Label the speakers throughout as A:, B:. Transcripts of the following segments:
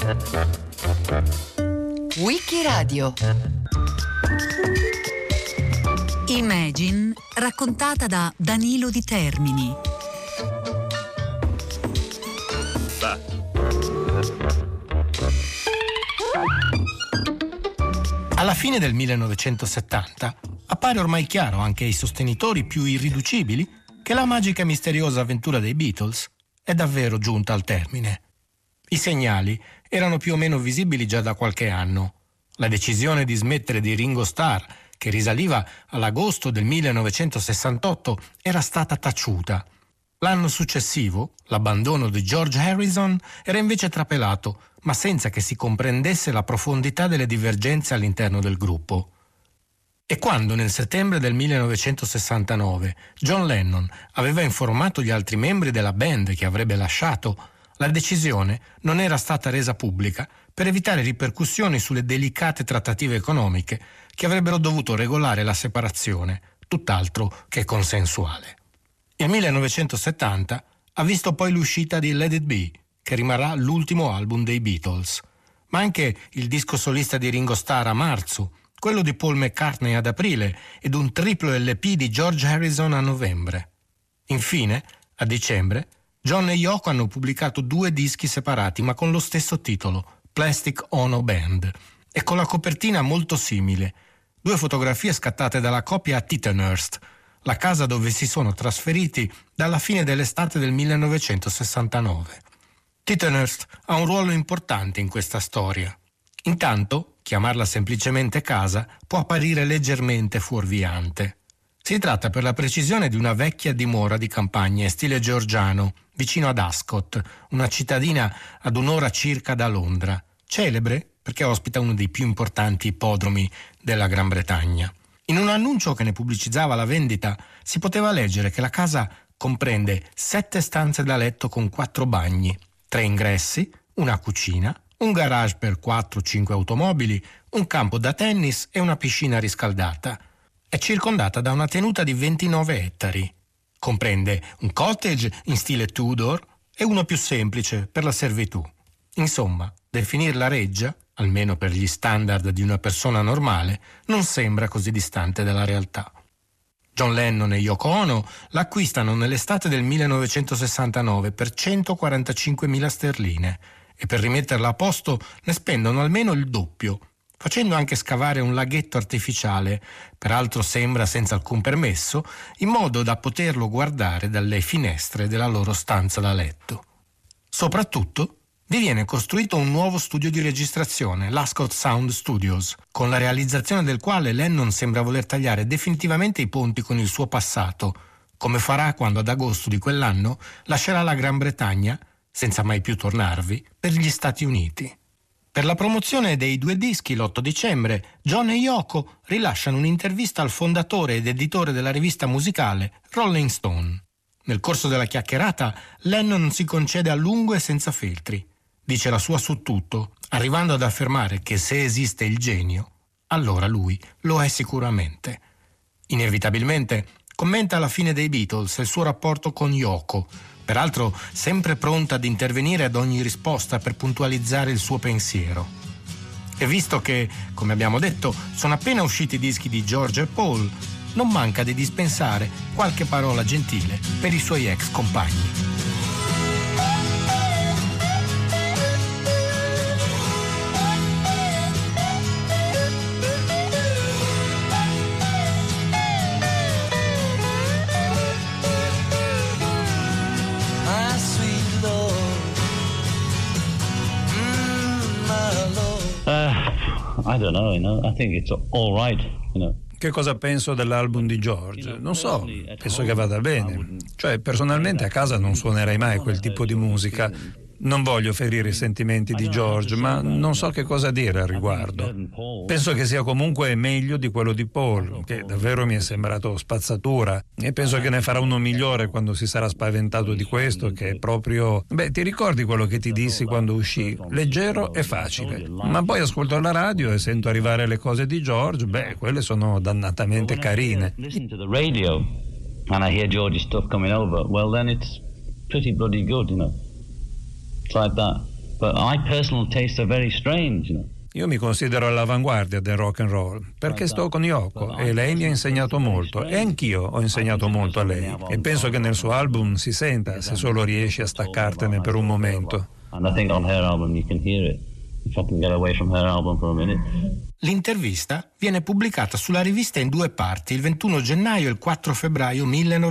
A: Wikiradio.
B: Imagine, raccontata da Danilo Di Termini.
C: Alla fine del 1970 appare ormai chiaro anche ai sostenitori più irriducibili che la magica e misteriosa avventura dei Beatles è davvero giunta al termine. I segnali erano più o meno visibili già da qualche anno. La decisione di smettere di Ringo Starr, che risaliva all'agosto del 1968, era stata taciuta. L'anno successivo, l'abbandono di George Harrison era invece trapelato, ma senza che si comprendesse la profondità delle divergenze all'interno del gruppo. E quando nel settembre del 1969 John Lennon aveva informato gli altri membri della band che avrebbe lasciato, la decisione non era stata resa pubblica per evitare ripercussioni sulle delicate trattative economiche che avrebbero dovuto regolare la separazione, tutt'altro che consensuale. Il 1970 ha visto poi l'uscita di Let It Be, che rimarrà l'ultimo album dei Beatles, ma anche il disco solista di Ringo Starr a marzo, quello di Paul McCartney ad aprile ed un triplo LP di George Harrison a novembre. Infine, a dicembre, John e Yoko hanno pubblicato 2 dischi separati ma con lo stesso titolo, Plastic Ono Band, e con la copertina molto simile, 2 fotografie scattate dalla coppia a Tittenhurst, la casa dove si sono trasferiti dalla fine dell'estate del 1969. Tittenhurst ha un ruolo importante in questa storia. Intanto, chiamarla semplicemente casa può apparire leggermente fuorviante. Si tratta per la precisione di una vecchia dimora di campagna in stile georgiano, vicino ad Ascot, una cittadina ad un'ora circa da Londra, celebre perché ospita uno dei più importanti ippodromi della Gran Bretagna. In un annuncio che ne pubblicizzava la vendita si poteva leggere che la casa comprende 7 stanze da letto con 4 bagni, 3 ingressi, una cucina, un garage per 4-5 automobili, un campo da tennis e una piscina riscaldata. È circondata da una tenuta di 29 ettari. Comprende un cottage in stile Tudor e uno più semplice per la servitù. Insomma, definirla reggia, almeno per gli standard di una persona normale, non sembra così distante dalla realtà. John Lennon e Yoko Ono l'acquistano nell'estate del 1969 per 145.000 sterline e per rimetterla a posto ne spendono almeno il doppio, facendo anche scavare un laghetto artificiale, peraltro sembra senza alcun permesso, in modo da poterlo guardare dalle finestre della loro stanza da letto. Soprattutto vi viene costruito un nuovo studio di registrazione, l'Ascot Sound Studios, con la realizzazione del quale Lennon sembra voler tagliare definitivamente i ponti con il suo passato, come farà quando ad agosto di quell'anno lascerà la Gran Bretagna, senza mai più tornarvi, per gli Stati Uniti. Per la promozione dei 2 dischi l'8 dicembre, John e Yoko rilasciano un'intervista al fondatore ed editore della rivista musicale Rolling Stone. Nel corso della chiacchierata, Lennon si concede a lungo e senza filtri. Dice la sua su tutto, arrivando ad affermare che se esiste il genio, allora lui lo è sicuramente. Inevitabilmente commenta la fine dei Beatles e il suo rapporto con Yoko, peraltro sempre pronta ad intervenire ad ogni risposta per puntualizzare il suo pensiero. E visto che, come abbiamo detto, sono appena usciti i dischi di George e Paul, non manca di dispensare qualche parola gentile per i suoi ex compagni.
D: I don't know, I think it's all right,
E: Che cosa penso dell'album di George? Non so, penso che vada bene. Cioè, personalmente a casa non suonerei mai quel tipo di musica. Non voglio ferire i sentimenti di George, ma non so che cosa dire al riguardo. Penso che sia comunque meglio di quello di Paul, che davvero mi è sembrato spazzatura, e penso che ne farà uno migliore quando si sarà spaventato di questo, che è proprio... ti ricordi quello che ti dissi quando uscì? Leggero e facile. Ma poi ascolto la radio e sento arrivare le cose di George, quelle sono dannatamente carine.
D: Listen to the radio and I hear George's stuff coming over, well then it's pretty bloody good, It's like that. But my personal tastes are very strange,
E: Io mi considero all'avanguardia del rock and roll perché sto con Yoko e lei mi ha insegnato molto e anch'io ho insegnato molto a lei e penso che nel suo album si senta se solo riesci a staccartene per un momento.
D: And I think on her album you can hear it. If I can get away from her album for a minute.
C: L'intervista viene pubblicata sulla rivista in 2 parti il 21 gennaio e il 4 febbraio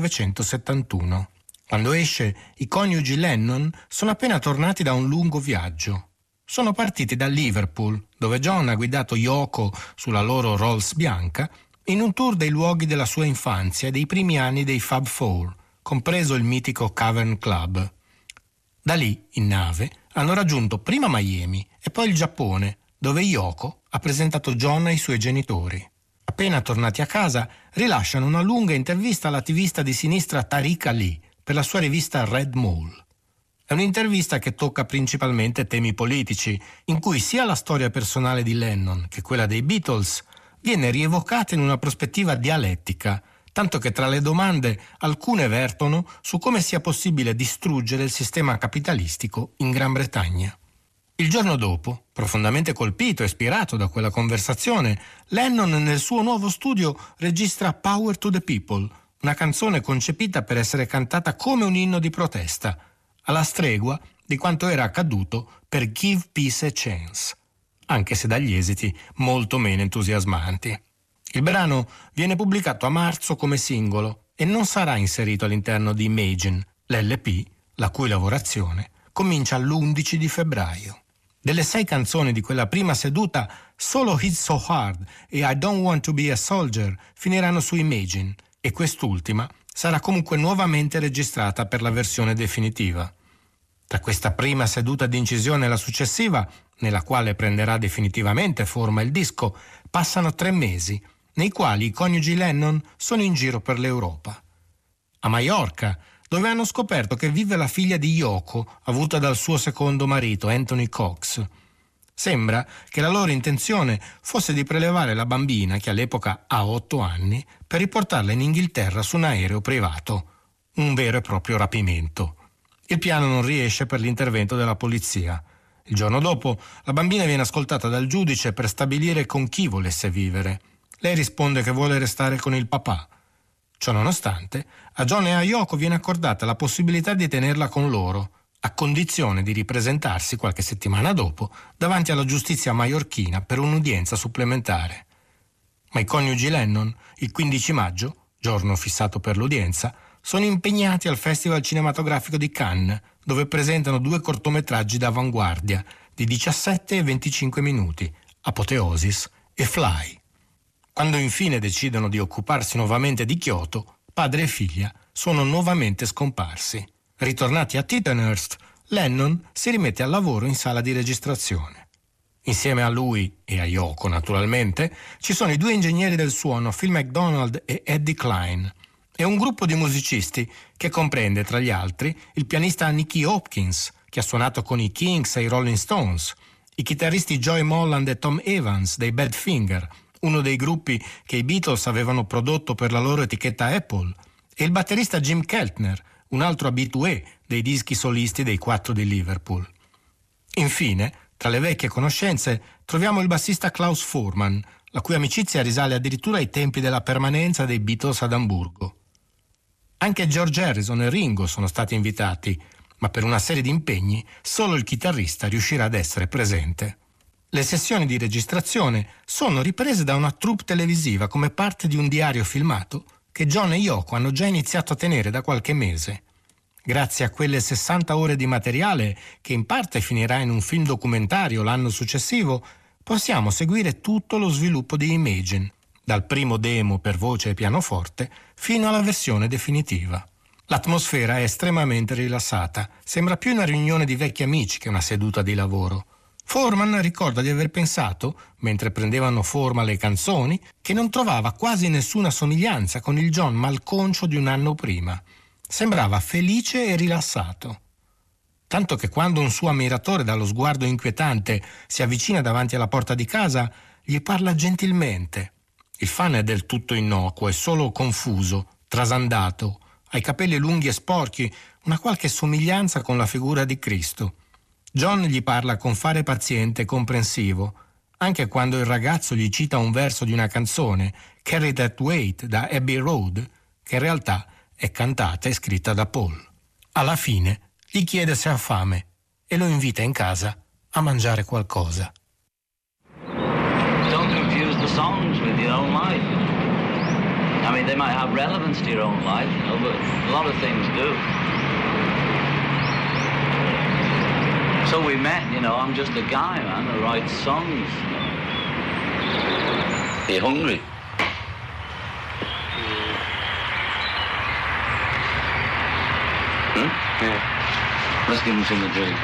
C: 1971. Quando esce, i coniugi Lennon sono appena tornati da un lungo viaggio. Sono partiti da Liverpool, dove John ha guidato Yoko sulla loro Rolls bianca, in un tour dei luoghi della sua infanzia e dei primi anni dei Fab Four, compreso il mitico Cavern Club. Da lì, in nave, hanno raggiunto prima Miami e poi il Giappone, dove Yoko ha presentato John ai suoi genitori. Appena tornati a casa, rilasciano una lunga intervista all'attivista di sinistra Tariq Ali per la sua rivista Red Mall. È un'intervista che tocca principalmente temi politici, in cui sia la storia personale di Lennon che quella dei Beatles viene rievocata in una prospettiva dialettica, tanto che tra le domande alcune vertono su come sia possibile distruggere il sistema capitalistico in Gran Bretagna. Il giorno dopo, profondamente colpito e ispirato da quella conversazione, Lennon nel suo nuovo studio registra Power to the People, una canzone concepita per essere cantata come un inno di protesta, alla stregua di quanto era accaduto per Give Peace a Chance, anche se dagli esiti molto meno entusiasmanti. Il brano viene pubblicato a marzo come singolo e non sarà inserito all'interno di Imagine, l'LP, la cui lavorazione comincia l'11 di febbraio. Delle 6 canzoni di quella prima seduta, solo Hits So Hard e I Don't Want to Be a Soldier finiranno su Imagine e quest'ultima sarà comunque nuovamente registrata per la versione definitiva. Tra questa prima seduta di incisione e la successiva, nella quale prenderà definitivamente forma il disco, passano 3 mesi, nei quali i coniugi Lennon sono in giro per l'Europa. A Maiorca, dove hanno scoperto che vive la figlia di Yoko, avuta dal suo secondo marito, Anthony Cox. Sembra che la loro intenzione fosse di prelevare la bambina, che all'epoca ha 8 anni, per riportarla in Inghilterra su un aereo privato. Un vero e proprio rapimento. Il piano non riesce per l'intervento della polizia. Il giorno dopo, la bambina viene ascoltata dal giudice per stabilire con chi volesse vivere. Lei risponde che vuole restare con il papà. Ciò nonostante, a John e a Yoko viene accordata la possibilità di tenerla con loro, a condizione di ripresentarsi qualche settimana dopo davanti alla giustizia maiorchina per un'udienza supplementare. Ma i coniugi Lennon, il 15 maggio, giorno fissato per l'udienza, sono impegnati al Festival Cinematografico di Cannes, dove presentano 2 cortometraggi d'avanguardia di 17 e 25 minuti, Apoteosis e Fly. Quando infine decidono di occuparsi nuovamente di Kyoto, padre e figlia sono nuovamente scomparsi. Ritornati a Tittenhurst, Lennon si rimette al lavoro in sala di registrazione. Insieme a lui e a Yoko, naturalmente, ci sono i 2 ingegneri del suono, Phil MacDonald e Eddie Klein, e un gruppo di musicisti che comprende, tra gli altri, il pianista Nicky Hopkins, che ha suonato con i Kings e i Rolling Stones, i chitarristi Joey Molland e Tom Evans dei Badfinger, uno dei gruppi che i Beatles avevano prodotto per la loro etichetta Apple, e il batterista Jim Keltner, un altro abitué dei dischi solisti dei 4 di Liverpool. Infine, tra le vecchie conoscenze, troviamo il bassista Klaus Voormann, la cui amicizia risale addirittura ai tempi della permanenza dei Beatles ad Amburgo. Anche George Harrison e Ringo sono stati invitati, ma per una serie di impegni solo il chitarrista riuscirà ad essere presente. Le sessioni di registrazione sono riprese da una troupe televisiva come parte di un diario filmato che John e Yoko hanno già iniziato a tenere da qualche mese. Grazie a quelle 60 ore di materiale, che in parte finirà in un film documentario l'anno successivo, possiamo seguire tutto lo sviluppo di Imagine, dal primo demo per voce e pianoforte fino alla versione definitiva. L'atmosfera è estremamente rilassata, sembra più una riunione di vecchi amici che una seduta di lavoro. Voormann ricorda di aver pensato, mentre prendevano forma le canzoni, che non trovava quasi nessuna somiglianza con il John malconcio di un anno prima. Sembrava felice e rilassato. Tanto che quando un suo ammiratore dallo sguardo inquietante si avvicina davanti alla porta di casa, gli parla gentilmente. Il fan è del tutto innocuo, è solo confuso, trasandato, ha i capelli lunghi e sporchi, una qualche somiglianza con la figura di Cristo. John gli parla con fare paziente e comprensivo, anche quando il ragazzo gli cita un verso di una canzone, Carry That Weight da Abbey Road, che in realtà è cantata e scritta da Paul. Alla fine gli chiede se ha fame e lo invita in casa a mangiare qualcosa.
A: Don't confuse the songs with your own life. I mean, they might have relevance to your own life, you know, but a lot of things do. So we met, you know, I'm just a guy, man, who writes songs. You know. Are you hungry? Yeah. Let's give him some to drink.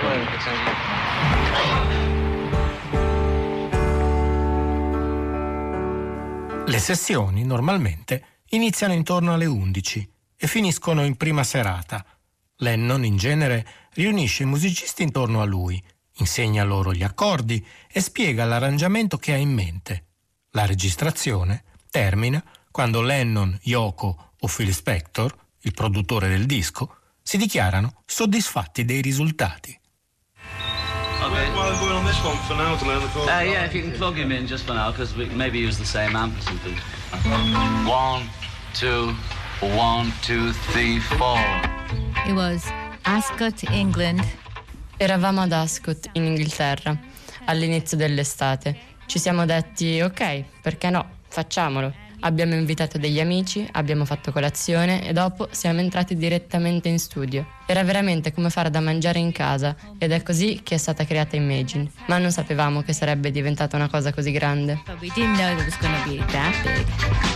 C: Le sessioni, normalmente, iniziano intorno alle 11 e finiscono in prima serata. Lennon, in genere, riunisce i musicisti intorno a lui, insegna loro gli accordi e spiega l'arrangiamento che ha in mente. La registrazione termina quando Lennon, Yoko o Phil Spector, il produttore del disco, si dichiarano soddisfatti dei risultati.
A: Okay.
F: Well, I'm going on this one for now to learn the chords.
A: Yeah, if you can plug him in just for now, because we maybe use the same amp or something. 1, 2, 1, 2, 3, 4.
G: It was Ascot, England.
H: Eravamo ad Ascot, in Inghilterra, all'inizio dell'estate. Ci siamo detti, ok, perché no, facciamolo. Abbiamo invitato degli amici, abbiamo fatto colazione e dopo siamo entrati direttamente in studio. Era veramente come fare da mangiare in casa ed è così che è stata creata Imagine. Ma non sapevamo che sarebbe diventata una cosa così grande.
G: But we didn't know it was going to be that big.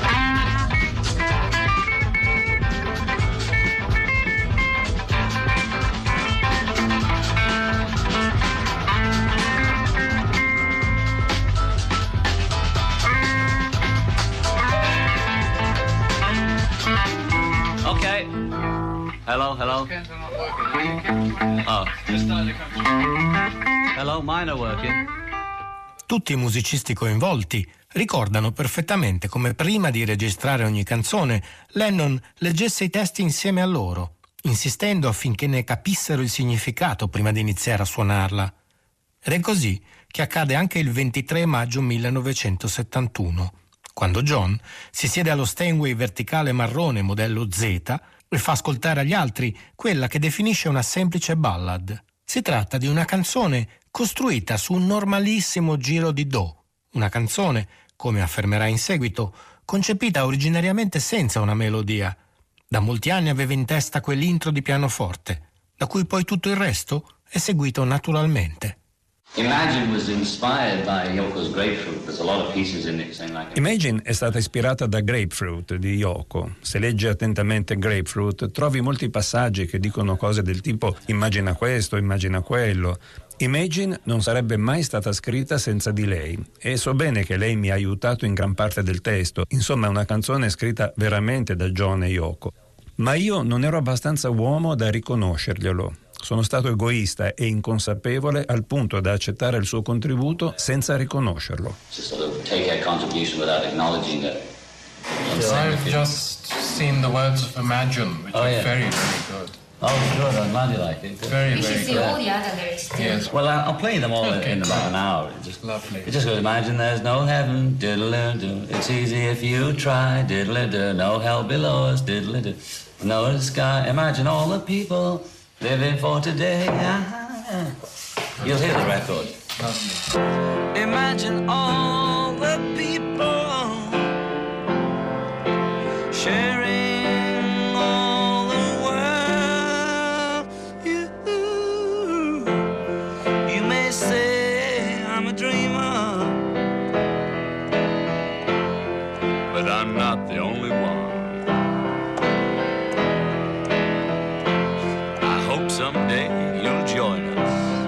A: Okay. Hello. Oh. Hello, mine are working.
C: Tutti i musicisti coinvolti ricordano perfettamente come prima di registrare ogni canzone Lennon leggesse i testi insieme a loro, insistendo affinché ne capissero il significato prima di iniziare a suonarla. Ed è così che accade anche il 23 maggio 1971, quando John si siede allo Steinway verticale marrone modello Z e fa ascoltare agli altri quella che definisce una semplice ballad. Si tratta di una canzone costruita su un normalissimo giro di Do, una canzone, come affermerà in seguito, concepita originariamente senza una melodia. Da molti anni aveva in testa quell'intro di pianoforte, da cui poi tutto il resto è seguito naturalmente.
A: Imagine was inspired by Yoko's Grapefruit. There's a lot of pieces in it saying like.
E: Imagine è stata ispirata da Grapefruit di Yoko. Se leggi attentamente Grapefruit trovi molti passaggi che dicono cose del tipo immagina questo, immagina quello. Imagine non sarebbe mai stata scritta senza di lei e so bene che lei mi ha aiutato in gran parte del testo. Insomma è una canzone scritta veramente da John e Yoko. Ma io non ero abbastanza uomo da riconoscerglielo. Sono stato egoista e inconsapevole al punto da accettare il suo contributo senza riconoscerlo.
I: I've just seen the words of Imagine, which are very, very good.
A: Oh, good. I'm glad you like it.
I: Very,
G: You should
I: very
G: see
I: good.
G: all the other lyrics too.
I: Yes.
A: Well, I'll play them all
I: Okay,
A: in about an hour.
I: Lovely.
A: It just goes, imagine there's no heaven, diddle-do. It's easy if you try, diddle-do. No hell below us, diddle-do. No sky, imagine all the people living for today. You'll hear the record.
I: Lovely.
A: Imagine all the people sharing all the world. You may say I'm a dreamer, but I'm not the only one. I hope someday you'll join us.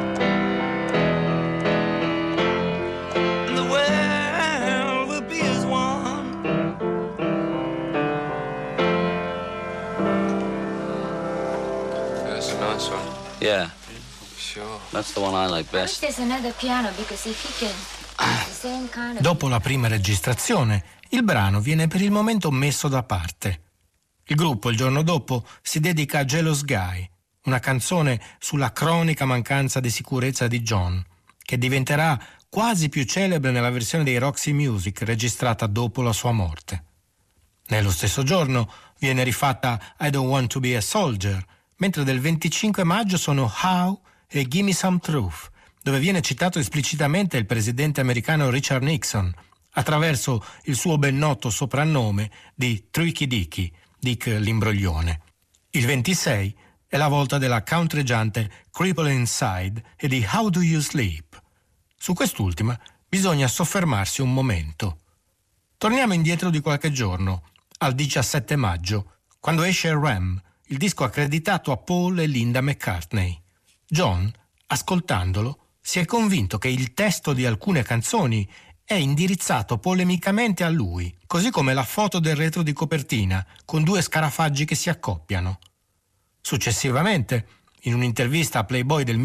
A: Yeah,
I: Sure.
A: that's the one I like best.
G: There's another piano because if he can, the same kind of.
C: Dopo la prima registrazione, il brano viene per il momento messo da parte. Il gruppo il giorno dopo si dedica a Jealous Guy, una canzone sulla cronica mancanza di sicurezza di John, che diventerà quasi più celebre nella versione dei Roxy Music registrata dopo la sua morte. Nello stesso giorno viene rifatta I Don't Want to Be a Soldier, mentre del 25 maggio sono How e Gimme Some Truth, dove viene citato esplicitamente il presidente americano Richard Nixon, attraverso il suo ben noto soprannome di Tricky Dicky, Dick l'imbroglione. Il 26 è la volta della countreggiante Cripple Inside e di How Do You Sleep. Su quest'ultima bisogna soffermarsi un momento. Torniamo indietro di qualche giorno, al 17 maggio, quando esce Ram, il disco accreditato a Paul e Linda McCartney. John, ascoltandolo, si è convinto che il testo di alcune canzoni è indirizzato polemicamente a lui, così come la foto del retro di copertina, con due scarafaggi che si accoppiano. Successivamente, in un'intervista a Playboy del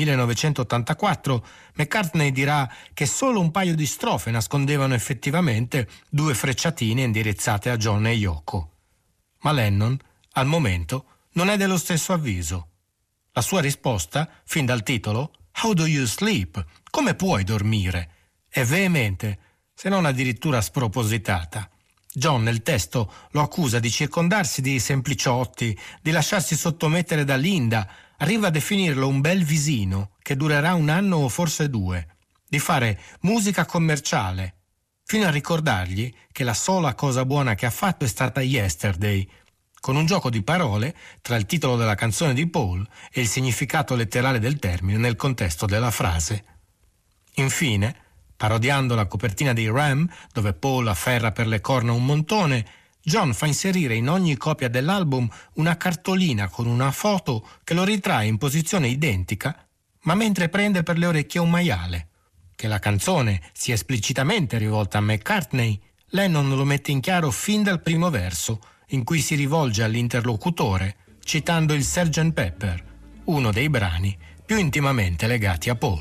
C: 1984, McCartney dirà che solo un paio di strofe nascondevano effettivamente due frecciatine indirizzate a John e Yoko. Ma Lennon, al momento, non è dello stesso avviso. La sua risposta, fin dal titolo, How do you sleep? Come puoi dormire? È veemente, se non addirittura spropositata. John nel testo lo accusa di circondarsi di sempliciotti, di lasciarsi sottomettere da Linda, arriva a definirlo un bel visino che durerà 1 anno o forse 2, di fare musica commerciale, fino a ricordargli che la sola cosa buona che ha fatto è stata Yesterday, con un gioco di parole tra il titolo della canzone di Paul e il significato letterale del termine nel contesto della frase. Infine, parodiando la copertina dei Ram, dove Paul afferra per le corna un montone, John fa inserire in ogni copia dell'album una cartolina con una foto che lo ritrae in posizione identica, ma mentre prende per le orecchie un maiale. Che la canzone sia esplicitamente rivolta a McCartney, Lennon lo mette in chiaro fin dal primo verso, in cui si rivolge all'interlocutore, citando il Sgt. Pepper, uno dei brani più intimamente legati a Paul.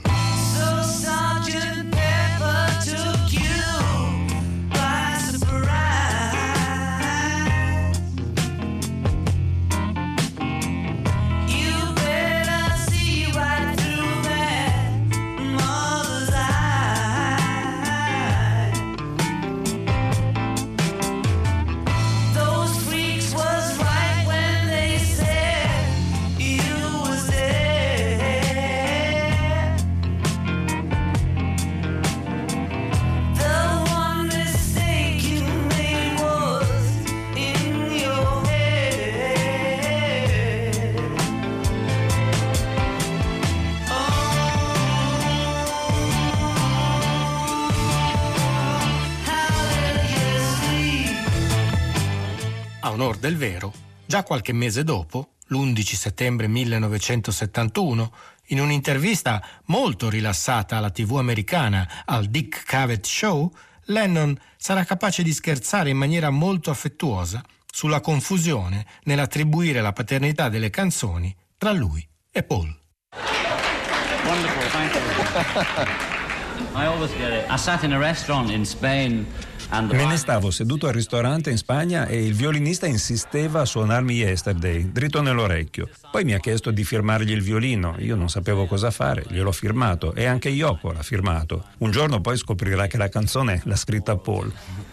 C: A onor del vero, già qualche mese dopo, l'11 settembre 1971, in un'intervista molto rilassata alla TV americana al Dick Cavett Show, Lennon sarà capace di scherzare in maniera molto affettuosa sulla confusione nell'attribuire la paternità delle canzoni tra lui e Paul.
A: Wonderful, thank you. I always get it. I sat in a restaurant in Spain.
E: Me ne stavo seduto al ristorante in Spagna e il violinista insisteva a suonarmi Yesterday, dritto nell'orecchio. Poi mi ha chiesto di firmargli il violino. Io non sapevo cosa fare, gliel'ho firmato e anche Yoko l'ha firmato. Un giorno poi scoprirà che la canzone l'ha scritta Paul.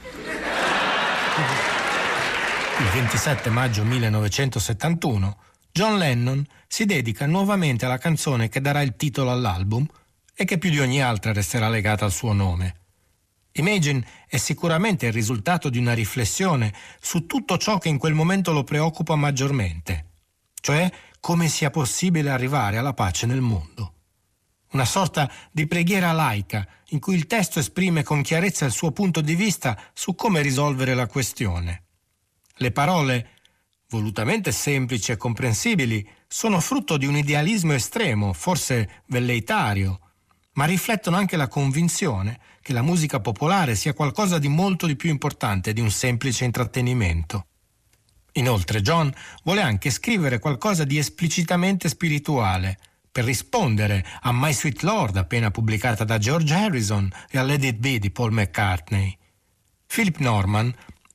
C: Il 27 maggio 1971, John Lennon si dedica nuovamente alla canzone che darà il titolo all'album e che più di ogni altra resterà legata al suo nome. Imagine è sicuramente il risultato di una riflessione su tutto ciò che in quel momento lo preoccupa maggiormente, cioè come sia possibile arrivare alla pace nel mondo. Una sorta di preghiera laica in cui il testo esprime con chiarezza il suo punto di vista su come risolvere la questione. Le parole, volutamente semplici e comprensibili, sono frutto di un idealismo estremo, forse velleitario, ma riflettono anche la convinzione che la musica popolare sia qualcosa di molto di più importante di un semplice intrattenimento. Inoltre John vuole anche scrivere qualcosa di esplicitamente spirituale, per rispondere a My Sweet Lord, appena pubblicata da George Harrison, e a Let It Be di Paul McCartney. Philip Norman,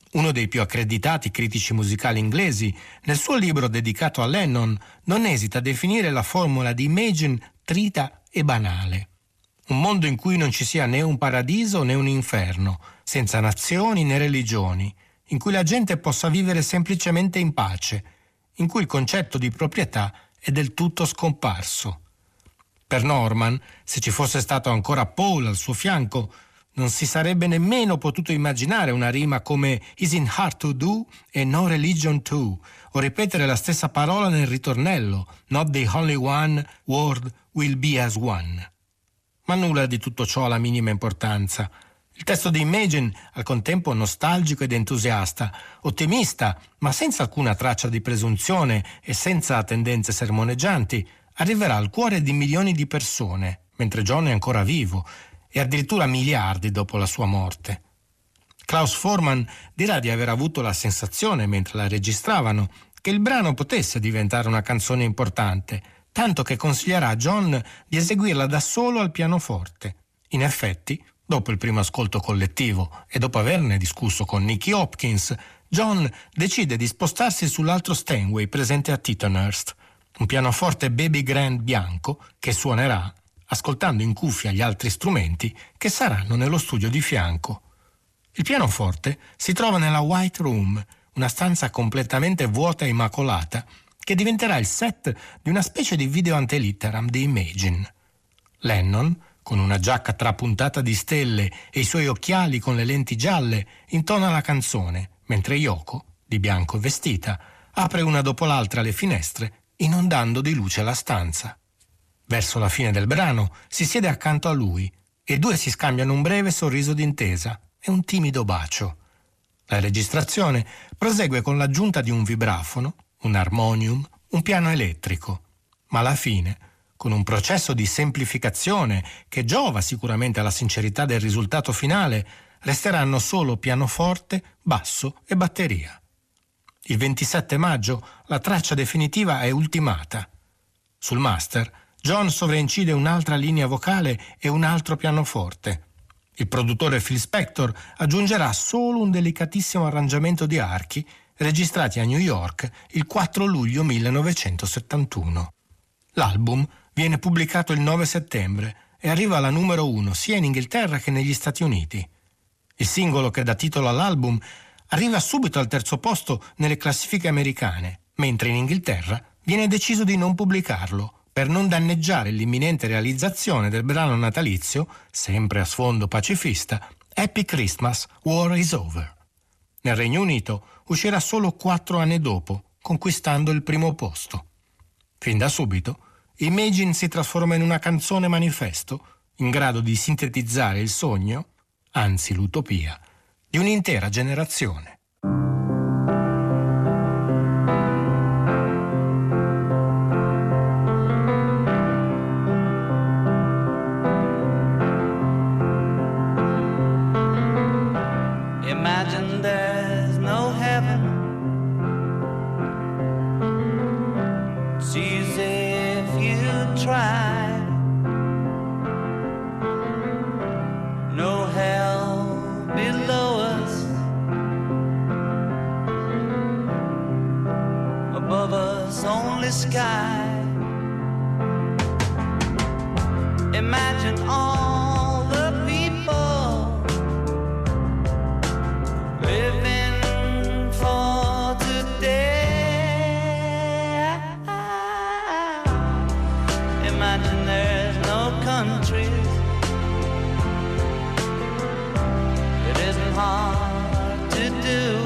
C: uno dei più accreditati critici musicali inglesi, nel suo libro dedicato a Lennon non esita a definire la formula di Imagine trita e banale. Un mondo in cui non ci sia né un paradiso né un inferno, senza nazioni né religioni, in cui la gente possa vivere semplicemente in pace, in cui il concetto di proprietà è del tutto scomparso. Per Norman, se ci fosse stato ancora Paul al suo fianco, non si sarebbe nemmeno potuto immaginare una rima come "is in hard to do" e "no religion too", o ripetere la stessa parola nel ritornello "not the only one word will be as one". Ma nulla di tutto ciò ha la minima importanza. Il testo di Imagine, al contempo nostalgico ed entusiasta, ottimista, ma senza alcuna traccia di presunzione e senza tendenze sermoneggianti, arriverà al cuore di milioni di persone, mentre John è ancora vivo, e addirittura miliardi dopo la sua morte. Klaus Voormann dirà di aver avuto la sensazione, mentre la registravano, che il brano potesse diventare una canzone importante, tanto che consiglierà a John di eseguirla da solo al pianoforte. In effetti, dopo il primo ascolto collettivo e dopo averne discusso con Nicky Hopkins, John decide di spostarsi sull'altro Steinway presente a Tittenhurst, un pianoforte baby grand bianco che suonerà ascoltando in cuffia gli altri strumenti che saranno nello studio di fianco. Il pianoforte si trova nella White Room, una stanza completamente vuota e immacolata, che diventerà il set di una specie di video antelitteram di Imagine. Lennon, con una giacca trapuntata di stelle e i suoi occhiali con le lenti gialle, intona la canzone, mentre Yoko, di bianco vestita, apre una dopo l'altra le finestre, inondando di luce la stanza. Verso la fine del brano si siede accanto a lui e i due si scambiano un breve sorriso d'intesa e un timido bacio. La registrazione prosegue con l'aggiunta di un vibrafono, un armonium, un piano elettrico, ma alla fine, con un processo di semplificazione che giova sicuramente alla sincerità del risultato finale, resteranno solo pianoforte, basso e batteria. Il 27 maggio la traccia definitiva è ultimata. Sul master John sovraincide un'altra linea vocale e un altro pianoforte. Il produttore Phil Spector aggiungerà solo un delicatissimo arrangiamento di archi registrati a New York il 4 luglio 1971. L'album viene pubblicato il 9 settembre e arriva alla numero 1 sia in Inghilterra che negli Stati Uniti. Il singolo che dà titolo all'album arriva subito al terzo posto nelle classifiche americane, mentre in Inghilterra viene deciso di non pubblicarlo per non danneggiare l'imminente realizzazione del brano natalizio, sempre a sfondo pacifista, Happy Christmas, War is Over. Nel Regno Unito uscirà solo 4 anni dopo, conquistando il primo posto. Fin da subito, Imagine si trasforma in una canzone manifesto, in grado di sintetizzare il sogno, anzi l'utopia, di un'intera generazione.
A: Imagine there's no heaven. It's easy if you try. No hell below us. Above us only sky. Imagine all the people living for today. Imagine there's no countries. It isn't hard to do.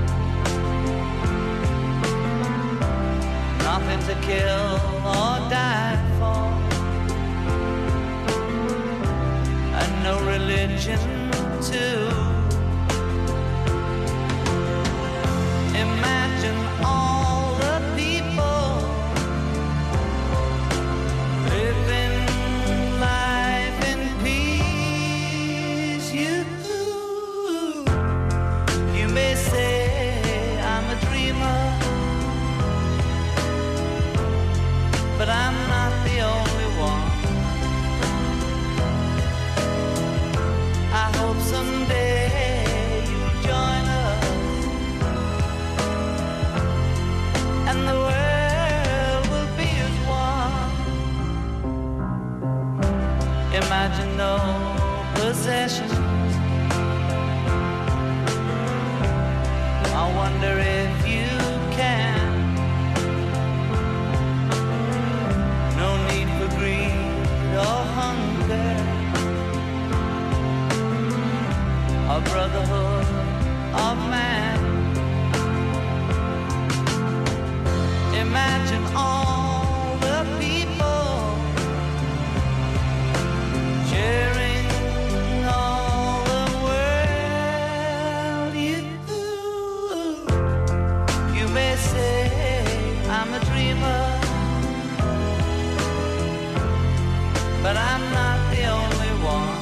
A: Nothing to kill or die for. And no religion too. Imagine all the people living life in peace. You may say I'm a dreamer, but I'm not the only one. I hope someday you'll join us possessions. I wonder if you can. No need for greed or hunger, a brotherhood of man. Imagine all the people sharing all the world. You may say I'm a dreamer, but I'm not the only one.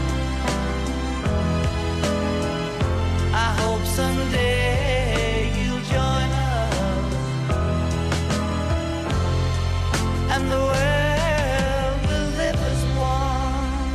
A: I hope someday you'll join us, and the world will live as one.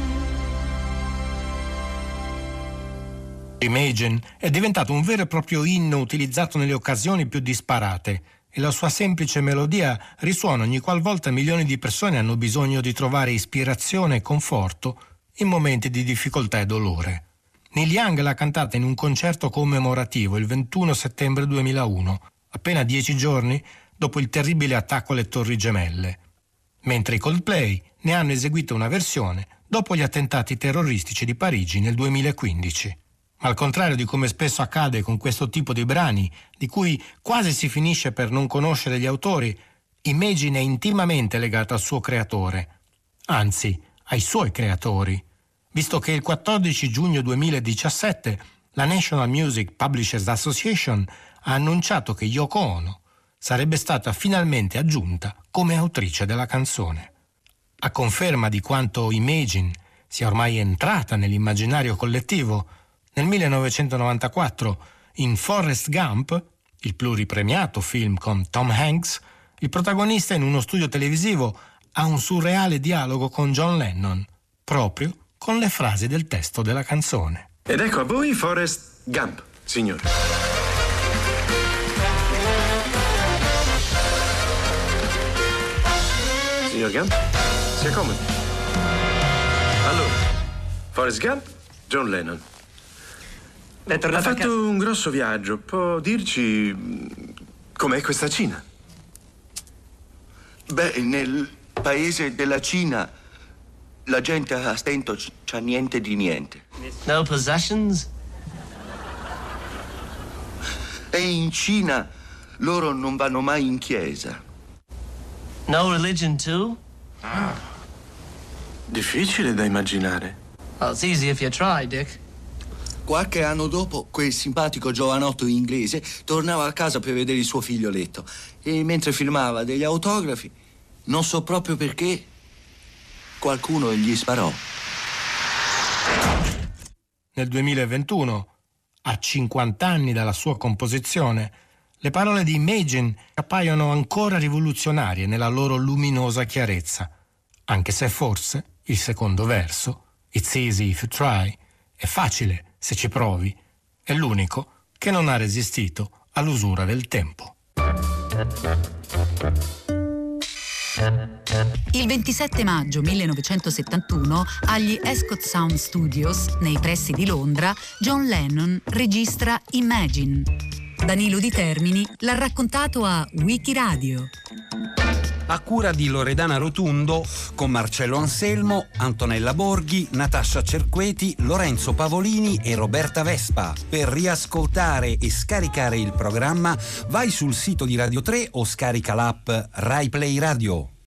C: Imagine è diventato un vero e proprio inno utilizzato nelle occasioni più disparate e la sua semplice melodia risuona ogni qualvolta milioni di persone hanno bisogno di trovare ispirazione e conforto in momenti di difficoltà e dolore. Neil Young l'ha cantata in un concerto commemorativo il 21 settembre 2001, appena 10 giorni dopo il terribile attacco alle Torri Gemelle, mentre i Coldplay ne hanno eseguito una versione dopo gli attentati terroristici di Parigi nel 2015. Ma al contrario di come spesso accade con questo tipo di brani, di cui quasi si finisce per non conoscere gli autori, Imagine è intimamente legata al suo creatore, anzi ai suoi creatori, visto che il 14 giugno 2017 la National Music Publishers Association ha annunciato che Yoko Ono sarebbe stata finalmente aggiunta come autrice della canzone. A conferma di quanto Imagine sia ormai entrata nell'immaginario collettivo, nel 1994, in Forrest Gump, il pluripremiato film con Tom Hanks, il protagonista in uno studio televisivo ha un surreale dialogo con John Lennon, proprio con le frasi del testo della canzone.
F: Ed ecco a voi Forrest Gump, signore. Signor Gump, si accomodi. Allora, Forrest Gump, John Lennon. Ha fatto un grosso viaggio. Può dirci com'è questa Cina?
J: Beh, nel paese della Cina la gente a stento c'ha niente di niente.
A: No possessions?
J: E in Cina loro non vanno mai in chiesa.
A: No religion too?
F: Difficile da immaginare.
A: Well, it's easy if you try, Dick.
J: Qualche anno dopo, quel simpatico giovanotto inglese tornava a casa per vedere il suo figlioletto e mentre filmava degli autografi, non so proprio perché, qualcuno gli sparò.
C: Nel 2021, a 50 anni dalla sua composizione, le parole di Imagine appaiono ancora rivoluzionarie nella loro luminosa chiarezza, anche se forse il secondo verso, It's easy if you try, è facile se ci provi, è l'unico che non ha resistito all'usura del tempo.
B: Il 27 maggio 1971, agli Ascot Sound Studios, nei pressi di Londra, John Lennon registra Imagine. Danilo Di Termini l'ha raccontato a Wikiradio.
K: A cura di Loredana Rotundo, con Marcello Anselmo, Antonella Borghi, Natascia Cerqueti, Lorenzo Pavolini e Roberta Vespa. Per riascoltare e scaricare il programma, vai sul sito di Radio 3 o scarica l'app Rai Play Radio.